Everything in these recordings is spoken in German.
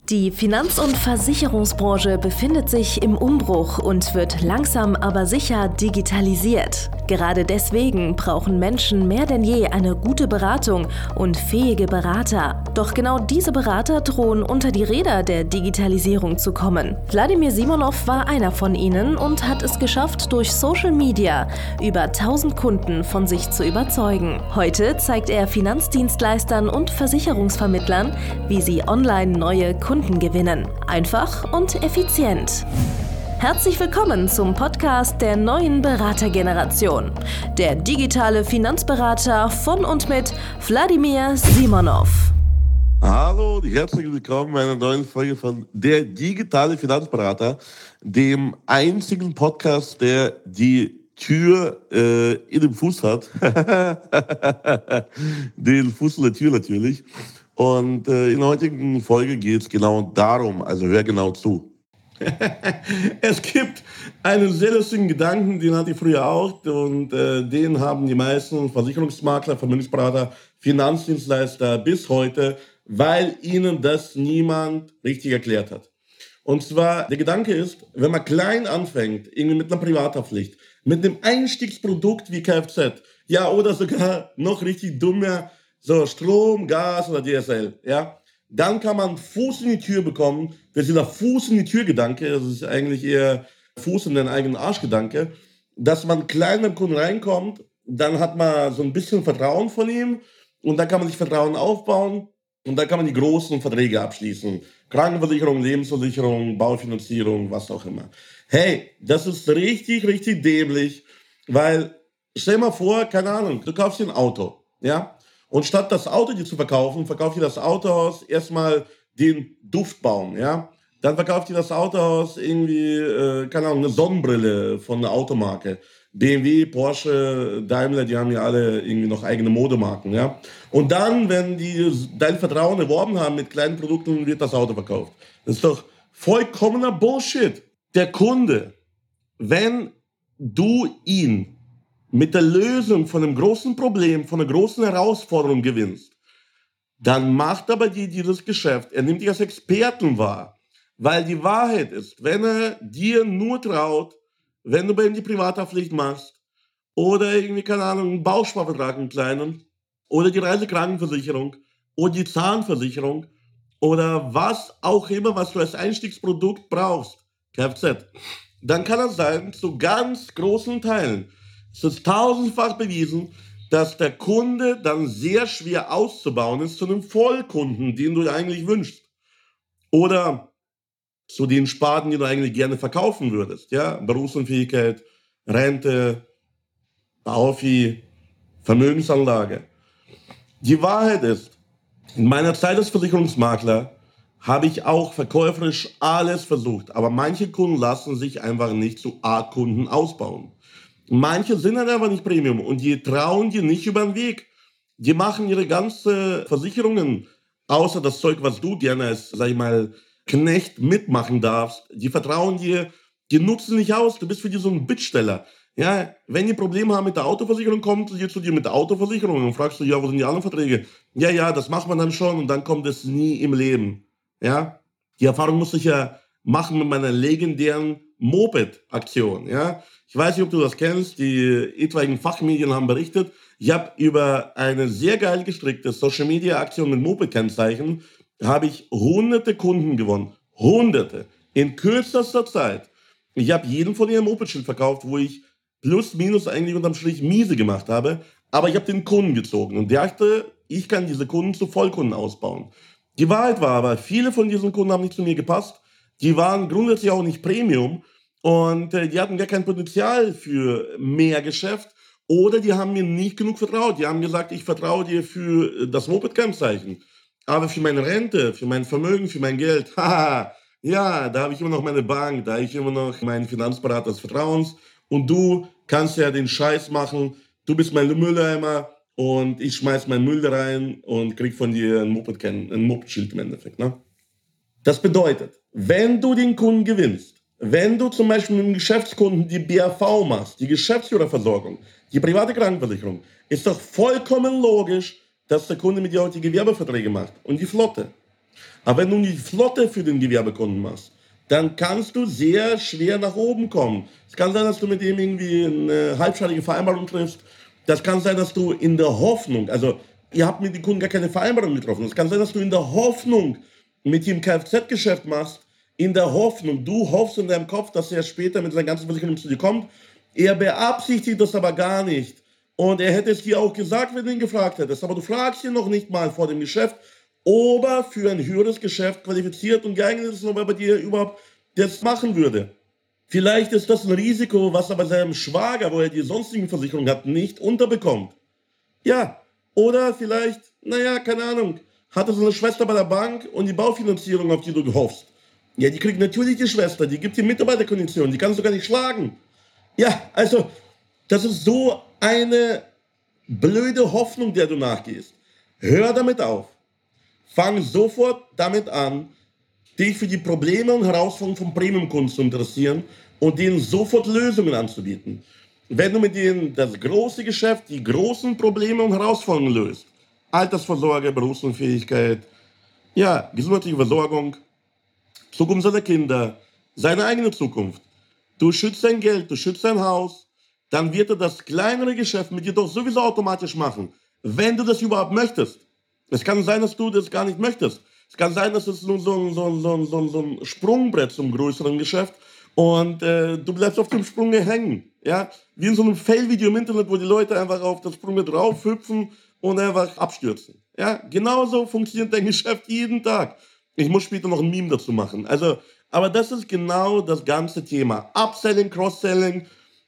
Die Finanz- und Versicherungsbranche befindet sich im Umbruch und wird langsam aber sicher digitalisiert. Gerade deswegen brauchen Menschen mehr denn je eine gute Beratung und fähige Berater. Doch genau diese Berater drohen unter die Räder der Digitalisierung zu kommen. Wladimir Simonov war einer von ihnen und hat es geschafft, durch Social Media über 1000 Kunden von sich zu überzeugen. Heute zeigt er Finanzdienstleistern und Versicherungsvermittlern, wie sie online neue Kunden gewinnen. Einfach und effizient. Herzlich willkommen zum Podcast der neuen Beratergeneration. Der digitale Finanzberater von und mit Wladimir Simonov. Hallo und herzlich willkommen bei einer neuen Folge von Der digitale Finanzberater, dem einzigen Podcast, der die Tür in dem Fuß hat. Den Fuß in der Tür natürlich. Und in der heutigen Folge geht es genau darum, also hör genau zu. Es gibt einen sehr lustigen Gedanken, den hatte ich früher auch und den haben die meisten Versicherungsmakler, Vermögensberater, Finanzdienstleister bis heute, weil ihnen das niemand richtig erklärt hat. Und zwar, der Gedanke ist, wenn man klein anfängt, irgendwie mit einer Privathaftpflicht, mit einem Einstiegsprodukt wie Kfz, ja, oder sogar noch richtig dummer, so Strom, Gas oder DSL, ja, dann kann man Fuß in die Tür bekommen. Das ist dieser Fuß in die Tür-Gedanke, das ist eigentlich eher Fuß in den eigenen Arsch-Gedanke, dass man klein beim Kunden reinkommt, dann hat man so ein bisschen Vertrauen von ihm und dann kann man sich Vertrauen aufbauen und dann kann man die großen Verträge abschließen. Krankenversicherung, Lebensversicherung, Baufinanzierung, was auch immer. Hey, das ist richtig, richtig dämlich, weil stell mal vor, keine Ahnung, du kaufst dir ein Auto, ja, und statt das Auto dir zu verkaufen, verkauft dir das Autohaus erstmal den Duftbaum, ja. Dann verkauft dir das Autohaus irgendwie, keine Ahnung, eine Sonnenbrille von einer Automarke. BMW, Porsche, Daimler, die haben ja alle irgendwie noch eigene Modemarken, ja. Und dann, wenn die dein Vertrauen erworben haben mit kleinen Produkten, wird das Auto verkauft. Das ist doch vollkommener Bullshit. Der Kunde, wenn du ihn mit der Lösung von einem großen Problem, von einer großen Herausforderung gewinnst, dann macht er bei dir dieses Geschäft. Er nimmt dich als Experten wahr. Weil die Wahrheit ist, wenn er dir nur traut, wenn du bei ihm die Privathaftpflicht machst oder irgendwie, keine Ahnung, einen Bausparvertrag, einen kleinen, oder die Reisekrankenversicherung oder die Zahnversicherung oder was auch immer, was du als Einstiegsprodukt brauchst, Kfz, dann kann es sein, zu ganz großen Teilen, es ist tausendfach bewiesen, dass der Kunde dann sehr schwer auszubauen ist zu einem Vollkunden, den du eigentlich wünschst. Oder zu den Sparten, die du eigentlich gerne verkaufen würdest. Ja? Berufsunfähigkeit, Rente, Baufi, Vermögensanlage. Die Wahrheit ist, in meiner Zeit als Versicherungsmakler habe ich auch verkäuferisch alles versucht. Aber manche Kunden lassen sich einfach nicht zu A-Kunden ausbauen. Manche sind halt einfach nicht Premium und die trauen dir nicht über den Weg. Die machen ihre ganzen Versicherungen, außer das Zeug, was du gerne als, sag ich mal, Knecht mitmachen darfst. Die vertrauen dir, die nutzen dich aus. Du bist für die so ein Bittsteller. Ja, wenn die Probleme haben mit der Autoversicherung, kommt sie zu dir mit der Autoversicherung und fragst du, ja, wo sind die anderen Verträge? Ja, das macht man dann schon und dann kommt es nie im Leben. Ja, die Erfahrung musste ich ja machen mit meiner legendären Moped-Aktion. Ja, ich weiß nicht, ob du das kennst. Die etwaigen Fachmedien haben berichtet. Ich habe über eine sehr geil gestrickte Social-Media-Aktion mit Moped-Kennzeichen habe ich hunderte Kunden gewonnen. Hunderte. In kürzester Zeit. Ich habe jeden von ihrem Moped-Schild verkauft, wo ich plus, minus eigentlich unterm Strich miese gemacht habe. Aber ich habe den Kunden gezogen und dachte, ich kann diese Kunden zu Vollkunden ausbauen. Die Wahrheit war aber, viele von diesen Kunden haben nicht zu mir gepasst. Die waren grundsätzlich auch nicht Premium und die hatten gar kein Potenzial für mehr Geschäft. Oder die haben mir nicht genug vertraut. Die haben gesagt, ich vertraue dir für das Moped-Kennzeichen. Aber für meine Rente, für mein Vermögen, für mein Geld, haha, ja, da habe ich immer noch meine Bank, da habe ich immer noch meinen Finanzberater des Vertrauens. Und du kannst ja den Scheiß machen. Du bist mein Mülleimer und ich schmeiß meinen Müll da rein und krieg von dir ein Moped-Schild im Endeffekt. Ne? Das bedeutet, wenn du den Kunden gewinnst, wenn du zum Beispiel mit dem Geschäftskunden die BAV machst, die Geschäftsführerversorgung, die private Krankenversicherung, ist doch vollkommen logisch, dass der Kunde mit dir auch die Gewerbeverträge macht und die Flotte. Aber wenn du die Flotte für den Gewerbekunden machst, dann kannst du sehr schwer nach oben kommen. Es kann sein, dass du mit dem irgendwie eine halbschattige Vereinbarung triffst. Das kann sein, dass du in der Hoffnung, also ihr habt mit dem Kunden gar keine Vereinbarung getroffen. Es kann sein, dass du in der Hoffnung mit ihm Kfz-Geschäft machst, in der Hoffnung, du hoffst in deinem Kopf, dass er später mit seiner ganzen Versicherung zu dir kommt. Er beabsichtigt das aber gar nicht. Und er hätte es dir auch gesagt, wenn du ihn gefragt hättest. Aber du fragst ihn noch nicht mal vor dem Geschäft, ob er für ein höheres Geschäft qualifiziert und geeignet ist, ob er bei dir überhaupt das machen würde. Vielleicht ist das ein Risiko, was er bei seinem Schwager, wo er die sonstigen Versicherungen hat, nicht unterbekommt. Ja, oder vielleicht, naja, keine Ahnung, hat er so eine Schwester bei der Bank und die Baufinanzierung, auf die du hoffst. Ja, die kriegt natürlich die Schwester, die gibt die Mitarbeiterkonditionen, die kannst du gar nicht schlagen. Ja, also, das ist so eine blöde Hoffnung, der du nachgehst. Hör damit auf. Fang sofort damit an, dich für die Probleme und Herausforderungen von Premium-Kunden zu interessieren und denen sofort Lösungen anzubieten. Wenn du mit denen das große Geschäft, die großen Probleme und Herausforderungen löst, Altersvorsorge, Berufsunfähigkeit, ja, gesundheitliche Versorgung, Zukunft seiner Kinder, seine eigene Zukunft, du schützt dein Geld, du schützt dein Haus, dann wird er das kleinere Geschäft mit dir doch sowieso automatisch machen, wenn du das überhaupt möchtest. Es kann sein, dass du das gar nicht möchtest. Es kann sein, dass es nur so ein Sprungbrett zum größeren Geschäft und du bleibst auf dem Sprung hängen. Ja? Wie in so einem Fail-Video im Internet, wo die Leute einfach auf das Sprungbrett drauf hüpfen und einfach abstürzen. Ja? Genauso funktioniert dein Geschäft jeden Tag. Ich muss später noch ein Meme dazu machen. Also, aber das ist genau das ganze Thema. Upselling, Cross-Selling,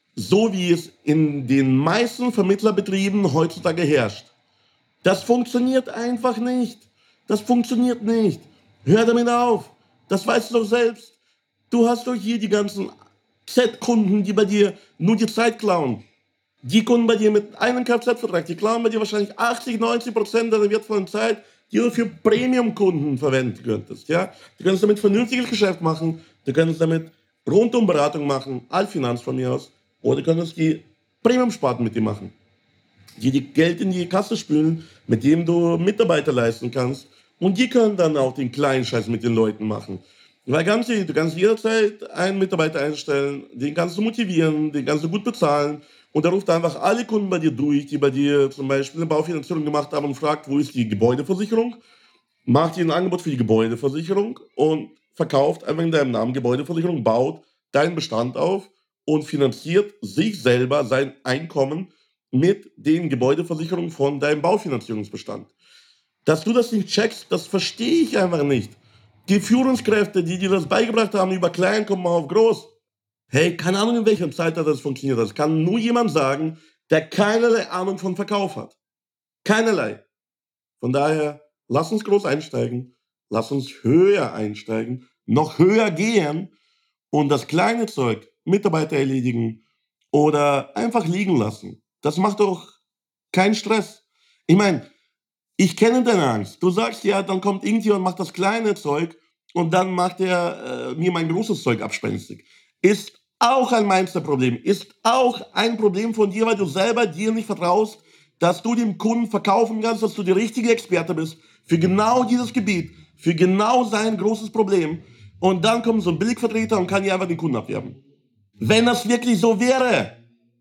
so wie es in den meisten Vermittlerbetrieben heutzutage herrscht. Das funktioniert einfach nicht. Das funktioniert nicht. Hör damit auf. Das weißt du doch selbst. Du hast doch hier die ganzen Z-Kunden, die bei dir nur die Zeit klauen. Die Kunden bei dir mit einem Kfz-Vertrag, die klauen bei dir wahrscheinlich 80-90% deiner wertvollen Zeit, die du für Premium-Kunden verwenden könntest. Ja? Du könntest damit vernünftiges Geschäft machen, du könntest damit rundum Beratung machen, Allfinanz von mir aus, oder du könntest die Premium-Sparten mit dir machen, die Geld in die Kasse spülen, mit dem du Mitarbeiter leisten kannst. Und die können dann auch den kleinen Scheiß mit den Leuten machen. Weil ganz ehrlich, du kannst jederzeit einen Mitarbeiter einstellen, den kannst du motivieren, den kannst du gut bezahlen. Und der ruft einfach alle Kunden bei dir durch, die bei dir zum Beispiel eine Baufinanzierung gemacht haben und fragt, wo ist die Gebäudeversicherung? Macht dir ein Angebot für die Gebäudeversicherung und verkauft einfach in deinem Namen Gebäudeversicherung, baut deinen Bestand auf und finanziert sich selber sein Einkommen mit den Gebäudeversicherungen von deinem Baufinanzierungsbestand. Dass du das nicht checkst, das verstehe ich einfach nicht. Die Führungskräfte, die dir das beigebracht haben, über klein kommen wir auf groß. Hey, keine Ahnung, in welchem Zeitalter das funktioniert. Das kann nur jemand sagen, der keinerlei Ahnung von Verkauf hat. Keinerlei. Von daher, lass uns groß einsteigen. Lass uns höher einsteigen. Noch höher gehen und das kleine Zeug, Mitarbeiter erledigen oder einfach liegen lassen. Das macht doch keinen Stress. Ich meine, ich kenne deine Angst. Du sagst ja, dann kommt irgendjemand, macht das kleine Zeug und dann macht er mir mein großes Zeug abspenstig. Ist auch ein Mindset-Problem. Ist auch ein Problem von dir, weil du selber dir nicht vertraust, dass du dem Kunden verkaufen kannst, dass du der richtige Experte bist für genau dieses Gebiet, für genau sein großes Problem. Und dann kommt so ein Billigvertreter und kann dir einfach den Kunden abwerben. Wenn das wirklich so wäre,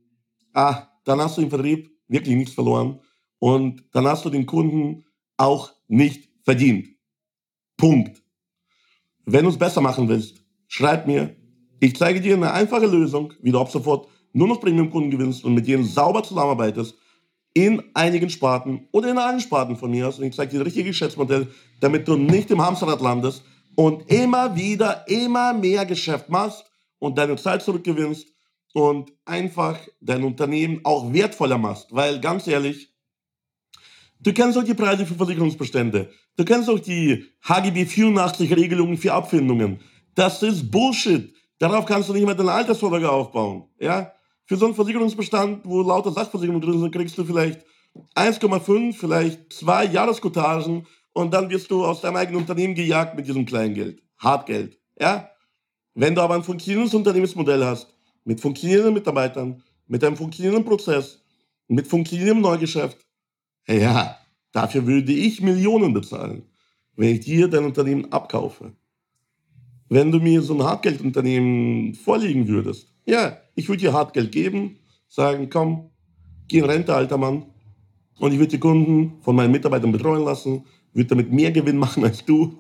dann hast du im Vertrieb wirklich nichts verloren. Und dann hast du den Kunden auch nicht verdient. Punkt. Wenn du es besser machen willst, schreib mir. Ich zeige dir eine einfache Lösung, wie du ab sofort nur noch Premium-Kunden gewinnst und mit denen sauber zusammenarbeitest in einigen Sparten oder in allen Sparten von mir aus. Und ich zeige dir das richtige Geschäftsmodell, damit du nicht im Hamsterrad landest und immer wieder, immer mehr Geschäft machst und deine Zeit zurückgewinnst und einfach dein Unternehmen auch wertvoller machst. Weil ganz ehrlich, du kennst auch die Preise für Versicherungsbestände. Du kennst auch die HGB 84 Regelungen für Abfindungen. Das ist Bullshit. Darauf kannst du nicht mehr deine Altersvorsorge aufbauen. Ja? Für so einen Versicherungsbestand, wo lauter Sachversicherungen drin sind, kriegst du vielleicht 1,5, vielleicht 2 Jahrescoutagen und dann wirst du aus deinem eigenen Unternehmen gejagt mit diesem Kleingeld. Hartgeld. Ja? Wenn du aber ein funktionierendes Unternehmensmodell hast, mit funktionierenden Mitarbeitern, mit einem funktionierenden Prozess, mit funktionierendem Neugeschäft, ja, dafür würde ich Millionen bezahlen. wenn ich dir dein Unternehmen abkaufe. Wenn du mir so ein Hartgeldunternehmen vorlegen würdest, ja, ich würde dir Hartgeld geben, sagen, komm, geh in Rente, alter Mann. Und ich würde die Kunden von meinen Mitarbeitern betreuen lassen, würde damit mehr Gewinn machen als du.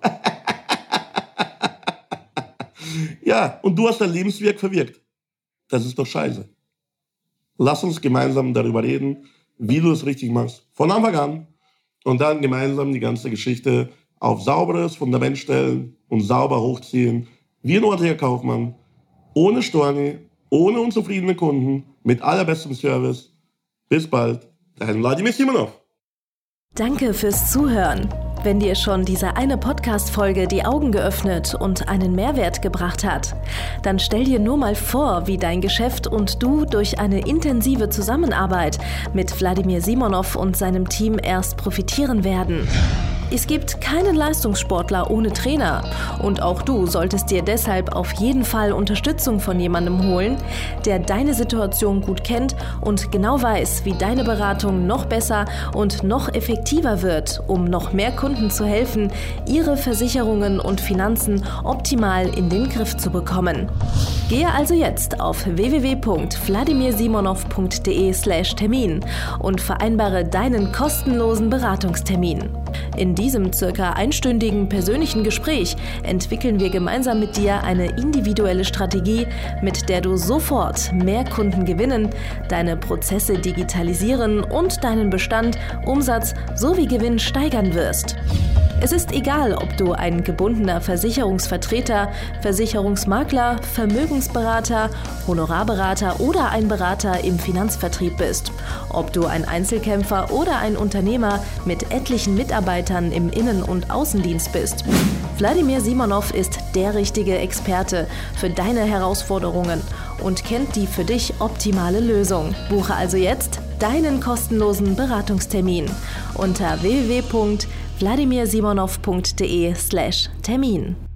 Ja, und du hast dein Lebenswerk verwirkt. Das ist doch scheiße. Lass uns gemeinsam darüber reden, wie du es richtig machst. Von Anfang an. Und dann gemeinsam die ganze Geschichte auf sauberes Fundament stellen und sauber hochziehen. Wie ein ordentlicher Kaufmann. Ohne Storni, ohne unzufriedene Kunden, mit allerbestem Service. Bis bald, dein Wladimir Simonov. Danke fürs Zuhören. Wenn dir schon diese eine Podcast-Folge die Augen geöffnet und einen Mehrwert gebracht hat, dann stell dir nur mal vor, wie dein Geschäft und du durch eine intensive Zusammenarbeit mit Wladimir Simonov und seinem Team erst profitieren werden. Es gibt keinen Leistungssportler ohne Trainer und auch du solltest dir deshalb auf jeden Fall Unterstützung von jemandem holen, der deine Situation gut kennt und genau weiß, wie deine Beratung noch besser und noch effektiver wird, um noch mehr Kunden zu helfen, ihre Versicherungen und Finanzen optimal in den Griff zu bekommen. Gehe also jetzt auf www.wladimirsimonov.de/Termin und vereinbare deinen kostenlosen Beratungstermin. In diesem circa einstündigen persönlichen Gespräch entwickeln wir gemeinsam mit dir eine individuelle Strategie, mit der du sofort mehr Kunden gewinnen, deine Prozesse digitalisieren und deinen Bestand, Umsatz sowie Gewinn steigern wirst. Es ist egal, ob du ein gebundener Versicherungsvertreter, Versicherungsmakler, Vermögensberater, Honorarberater oder ein Berater im Finanzvertrieb bist. Ob du ein Einzelkämpfer oder ein Unternehmer mit etlichen Mitarbeitern im Innen- und Außendienst bist. Wladimir Simonov ist der richtige Experte für deine Herausforderungen und kennt die für dich optimale Lösung. Buche also jetzt deinen kostenlosen Beratungstermin unter www.wladimirsimonov.de/Termin.